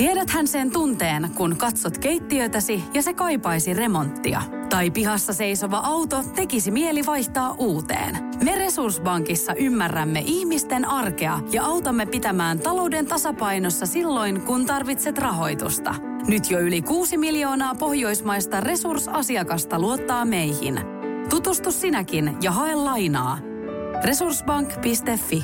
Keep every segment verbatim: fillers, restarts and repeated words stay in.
Tiedäthän sen tunteen, kun katsot keittiötäsi ja se kaipaisi remonttia. Tai pihassa seisova auto tekisi mieli vaihtaa uuteen. Me Resurssbankissa ymmärrämme ihmisten arkea ja autamme pitämään talouden tasapainossa silloin, kun tarvitset rahoitusta. Nyt jo yli kuusi miljoonaa pohjoismaista resursasiakasta luottaa meihin. Tutustu sinäkin ja hae lainaa. resurssbank piste fi.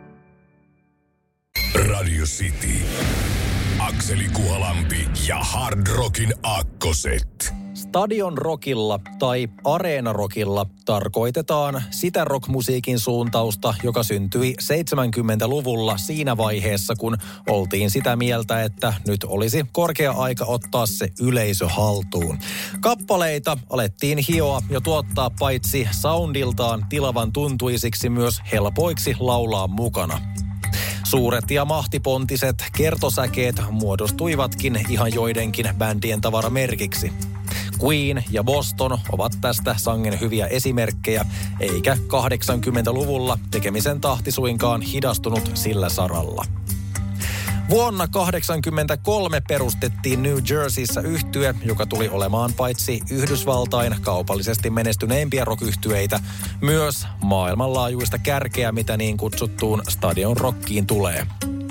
Radio City. Akseli Kuhalampi ja Hard Rockin Akkoset. Stadion rockilla tai Areena rockilla tarkoitetaan sitä rockmusiikin suuntausta, joka syntyi seitsemänkymmentäluvulla siinä vaiheessa, kun oltiin sitä mieltä, että nyt olisi korkea aika ottaa se yleisö haltuun. Kappaleita alettiin hioa ja tuottaa paitsi soundiltaan tilavan tuntuisiksi myös helpoiksi laulaa mukana. Suuret ja mahtipontiset kertosäkeet muodostuivatkin ihan joidenkin bändien tavaramerkiksi. Queen ja Boston ovat tästä sangen hyviä esimerkkejä, eikä kahdeksankymmentäluvulla tekemisen tahti suinkaan hidastunut sillä saralla. Vuonna kahdeksankymmentäkolme perustettiin New Jerseyssä yhtye, joka tuli olemaan paitsi Yhdysvaltain kaupallisesti menestyneimpiä rock-yhtyeitä, myös maailmanlaajuista kärkeä, mitä niin kutsuttuun stadion rockiin tulee.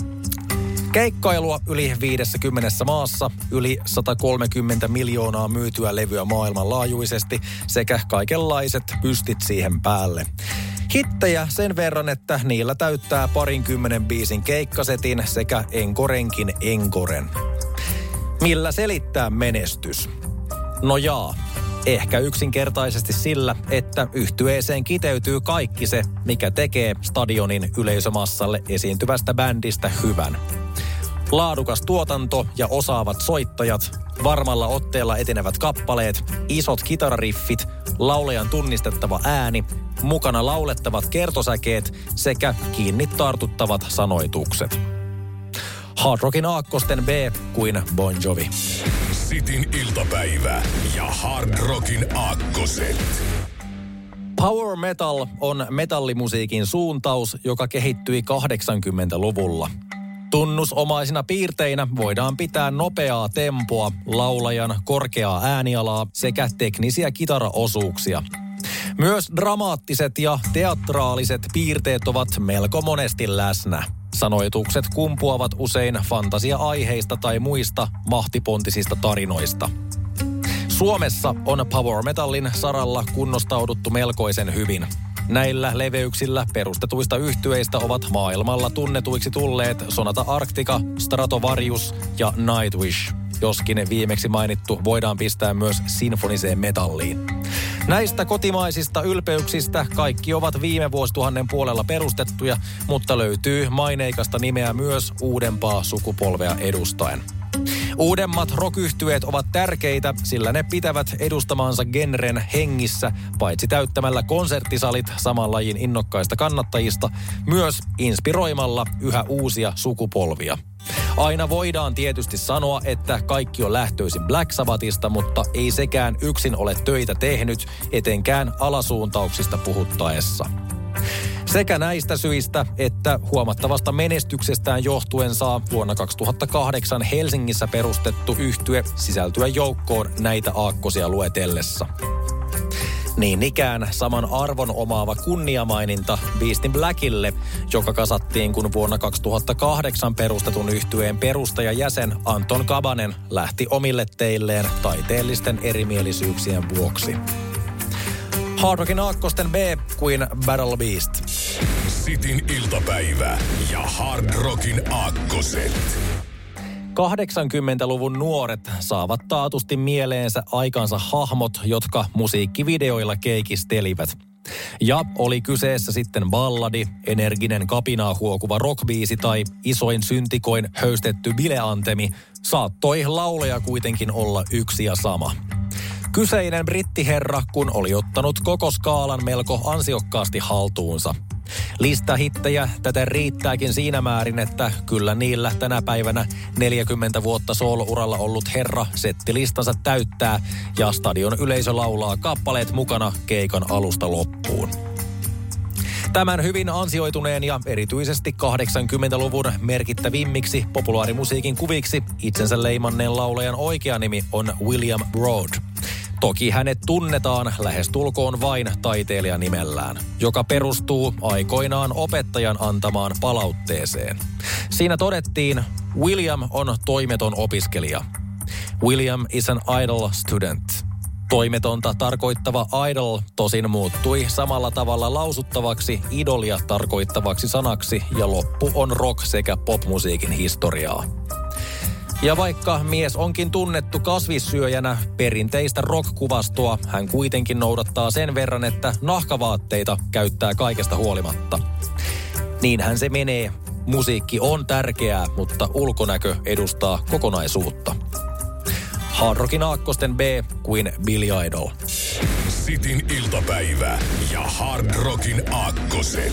Keikkailua yli viidessäkymmenessä maassa, yli sata kolmekymmentä miljoonaa myytyä levyä maailmanlaajuisesti sekä kaikenlaiset pystit siihen päälle. Hittejä sen verran, että niillä täyttää parinkymmenen biisin keikkasetin sekä enkorenkin enkoren. Millä selittää menestys? No jaa, ehkä yksinkertaisesti sillä, että yhtyeeseen kiteytyy kaikki se, mikä tekee stadionin yleisömassalle esiintyvästä bändistä hyvän. Laadukas tuotanto ja osaavat soittajat, varmalla otteella etenevät kappaleet, isot kitarariffit, laulajan tunnistettava ääni, mukana laulettavat kertosäkeet sekä kiinni tartuttavat sanoitukset. Hard Rockin aakkosten B kuin Bon Jovi. Cityn iltapäivä ja Hard Rockin aakkoset. Power metal on metallimusiikin suuntaus, joka kehittyi kahdeksankymmentäluvulla. Tunnusomaisina piirteinä voidaan pitää nopeaa tempoa, laulajan korkeaa äänialaa sekä teknisiä kitaraosuuksia. Myös dramaattiset ja teatraaliset piirteet ovat melko monesti läsnä. Sanoitukset kumpuavat usein fantasia-aiheista tai muista mahtipontisista tarinoista. Suomessa on power metallin saralla kunnostauduttu melkoisen hyvin. Näillä leveyksillä perustetuista yhtyeistä ovat maailmalla tunnetuiksi tulleet Sonata Arctica, Stratovarius ja Nightwish. Joskin viimeksi mainittu voidaan pistää myös sinfoniseen metalliin. Näistä kotimaisista ylpeyksistä kaikki ovat viime vuosituhannen puolella perustettuja, mutta löytyy maineikasta nimeä myös uudempaa sukupolvea edustaen. Uudemmat rock-yhtyeet ovat tärkeitä, sillä ne pitävät edustamansa genren hengissä, paitsi täyttämällä konserttisalit saman lajin innokkaista kannattajista, myös inspiroimalla yhä uusia sukupolvia. Aina voidaan tietysti sanoa, että kaikki on lähtöisin Black Sabbathista, mutta ei sekään yksin ole töitä tehnyt, etenkään alasuuntauksista puhuttaessa. Sekä näistä syistä, että huomattavasta menestyksestään johtuen saa vuonna kaksituhattakahdeksan Helsingissä perustettu yhtye sisältyä joukkoon näitä aakkosia luetellessa. Niin ikään saman arvon omaava kunniamaininta Beast in Blackille, joka kasattiin kun vuonna kaksituhattakahdeksan perustetun yhtyeen perustajajäsen Anton Kabanen lähti omille teilleen taiteellisten erimielisyyksien vuoksi. Hard Rockin aakkosten B kuin Battle Beast. Cityn iltapäivä ja Hard Rockin aakkoset. kahdeksankymmentäluvun nuoret saavat taatusti mieleensä aikansa hahmot, jotka musiikkivideoilla keikistelivät. Ja oli kyseessä sitten balladi, energinen kapinaa huokuva rockbiisi tai isoin syntikoin höystetty bileantemi, saattoi laulaja kuitenkin olla yksi ja sama. Kyseinen brittiherra, kun oli ottanut koko skaalan melko ansiokkaasti haltuunsa. Listahittejä tätä riittääkin siinä määrin, että kyllä niillä tänä päivänä neljäkymmentä vuotta soolouralla ollut herra settilistansa täyttää ja stadion yleisö laulaa kappaleet mukana keikan alusta loppuun. Tämän hyvin ansioituneen ja erityisesti kahdeksankymmentäluvun merkittävimmiksi populaarimusiikin kuviksi itsensä leimanneen laulajan oikea nimi on William Broad. Toki hänet tunnetaan lähestulkoon vain taiteilijan nimellään, joka perustuu aikoinaan opettajan antamaan palautteeseen. Siinä todettiin, William on toimeton opiskelija. William is an idle student. Toimetonta tarkoittava idol tosin muuttui samalla tavalla lausuttavaksi idolia tarkoittavaksi sanaksi ja loppu on rock- sekä popmusiikin historiaa. Ja vaikka mies onkin tunnettu kasvissyöjänä perinteistä rock-kuvastoa, hän kuitenkin noudattaa sen verran, että nahkavaatteita käyttää kaikesta huolimatta. Niinhän se menee. Musiikki on tärkeää, mutta ulkonäkö edustaa kokonaisuutta. Hard Rockin aakkosten B kuin Billy Idol. Sitin iltapäivä ja Hard Rockin aakkoset.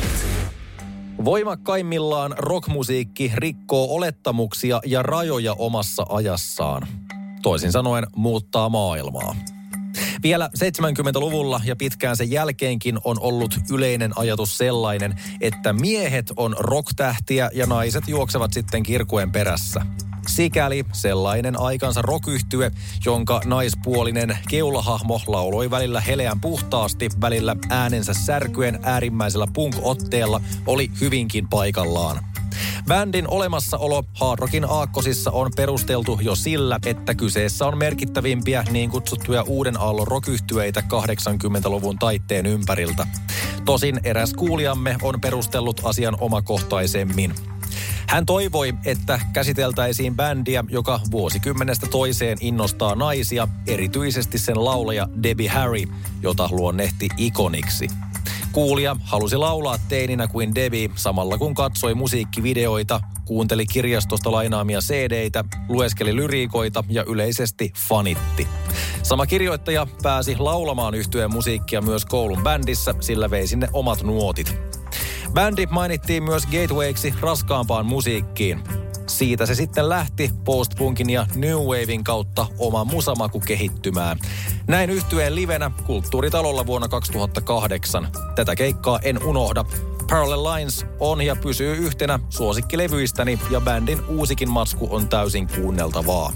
Voimakkaimmillaan rockmusiikki rikkoo olettamuksia ja rajoja omassa ajassaan. Toisin sanoen muuttaa maailmaa. Vielä seitsemänkymmentäluvulla ja pitkään sen jälkeenkin on ollut yleinen ajatus sellainen, että miehet on rocktähtiä ja naiset juoksevat sitten kirkuen perässä. Sikäli sellainen aikansa rock-yhtye, jonka naispuolinen keulahahmo lauloi välillä heleän puhtaasti, välillä äänensä särkyen äärimmäisellä punk-otteella, oli hyvinkin paikallaan. Bändin olemassaolo Hard Rockin aakkosissa on perusteltu jo sillä, että kyseessä on merkittävimpiä niin kutsuttuja uuden aallon rock-yhtyeitä kahdeksankymmentäluvun taitteen ympäriltä. Tosin eräs kuulijamme on perustellut asian omakohtaisemmin. Hän toivoi, että käsiteltäisiin bändiä, joka vuosikymmenestä toiseen innostaa naisia, erityisesti sen laulaja Debbie Harry, jota luonnehti ikoniksi. Kuulija halusi laulaa teininä kuin Debbie samalla kun katsoi musiikkivideoita, kuunteli kirjastosta lainaamia C D:itä, lueskeli lyriikoita ja yleisesti fanitti. Sama kirjoittaja pääsi laulamaan yhtyeen musiikkia myös koulun bändissä, sillä vei sinne omat nuotit. Bändi mainittiin myös gatewayksi raskaampaan musiikkiin. Siitä se sitten lähti postpunkin ja new waven kautta oma musamaku kehittymään. Näin yhtyeen livenä Kulttuuritalolla vuonna kaksituhattakahdeksan. Tätä keikkaa en unohda. Parallel Lines on ja pysyy yhtenä suosikkilevyistäni ja bändin uusikin matsku on täysin kuunneltavaa.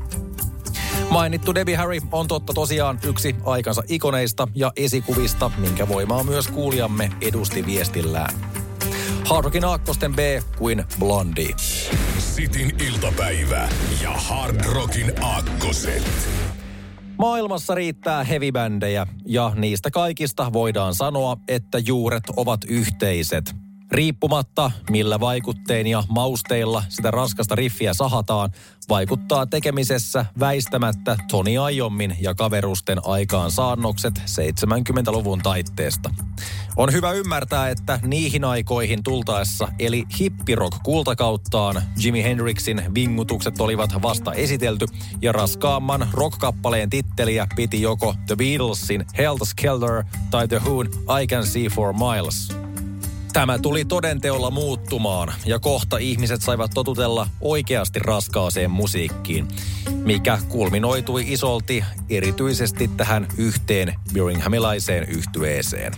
Mainittu Debbie Harry on totta tosiaan yksi aikansa ikoneista ja esikuvista, minkä voimaa myös kuulijamme edusti viestillään. Hard Rockin aakkosten B kuin Blondie. Sitin iltapäivä ja Hard Rockin aakkoset. Maailmassa riittää heavy-bändejä ja niistä kaikista voidaan sanoa, että juuret ovat yhteiset. Riippumatta millä vaikuttein ja mausteilla sitä raskasta riffiä sahataan, vaikuttaa tekemisessä väistämättä Tony Iommin ja kaverusten aikaan saannokset seitsemänkymmentäluvun taitteesta. On hyvä ymmärtää, että niihin aikoihin tultaessa eli hippirock kultakauttaan Jimi Hendrixin vingutukset olivat vasta esitelty ja raskaamman rock-kappaleen titteliä piti joko The Beatlesin Helter Skelter tai The Who'n I Can See For Miles. Tämä tuli todenteolla muuttumaan ja kohta ihmiset saivat totutella oikeasti raskaaseen musiikkiin, mikä kulminoitui isolti erityisesti tähän yhteen birminghamilaiseen yhtyeeseen.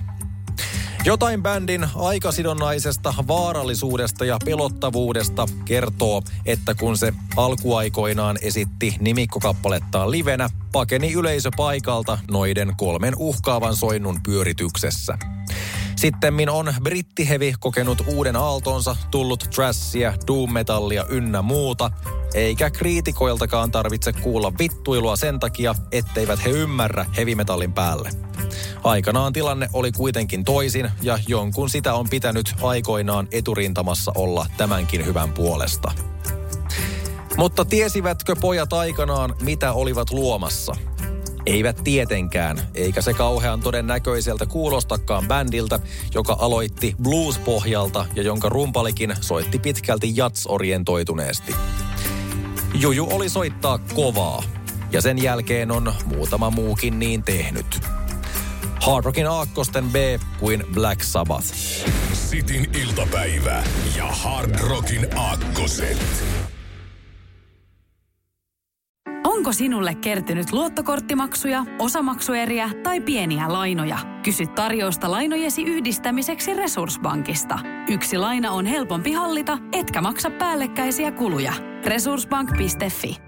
Jotain bändin aikasidonnaisesta vaarallisuudesta ja pelottavuudesta kertoo, että kun se alkuaikoinaan esitti nimikkokapalettaan livenä, pakeni yleisö paikalta noiden kolmen uhkaavan soinnun pyörityksessä. Sittemmin on brittihevi kokenut uuden aaltonsa, tullut thrashia, doom-metallia ynnä muuta, eikä kriitikoiltakaan tarvitse kuulla vittuilua sen takia, etteivät he ymmärrä heavy-metallin päälle. Aikanaan tilanne oli kuitenkin toisin ja jonkun sitä on pitänyt aikoinaan eturintamassa olla tämänkin hyvän puolesta. Mutta tiesivätkö pojat aikanaan, mitä olivat luomassa? Eivät tietenkään, eikä se kauhean todennäköiseltä kuulostakaan bändiltä, joka aloitti blues-pohjalta ja jonka rumpalikin soitti pitkälti jats-orientoituneesti. Juju oli soittaa kovaa, ja sen jälkeen on muutama muukin niin tehnyt. Hard Rockin aakkosten B kuin Black Sabbath. Sitin iltapäivä ja Hard Rockin aakkoset. Onko sinulle kertynyt luottokorttimaksuja, osamaksueriä tai pieniä lainoja? Kysy tarjousta lainojesi yhdistämiseksi Resurssbankista. Yksi laina on helpompi hallita, etkä maksa päällekkäisiä kuluja. resurssbank piste fi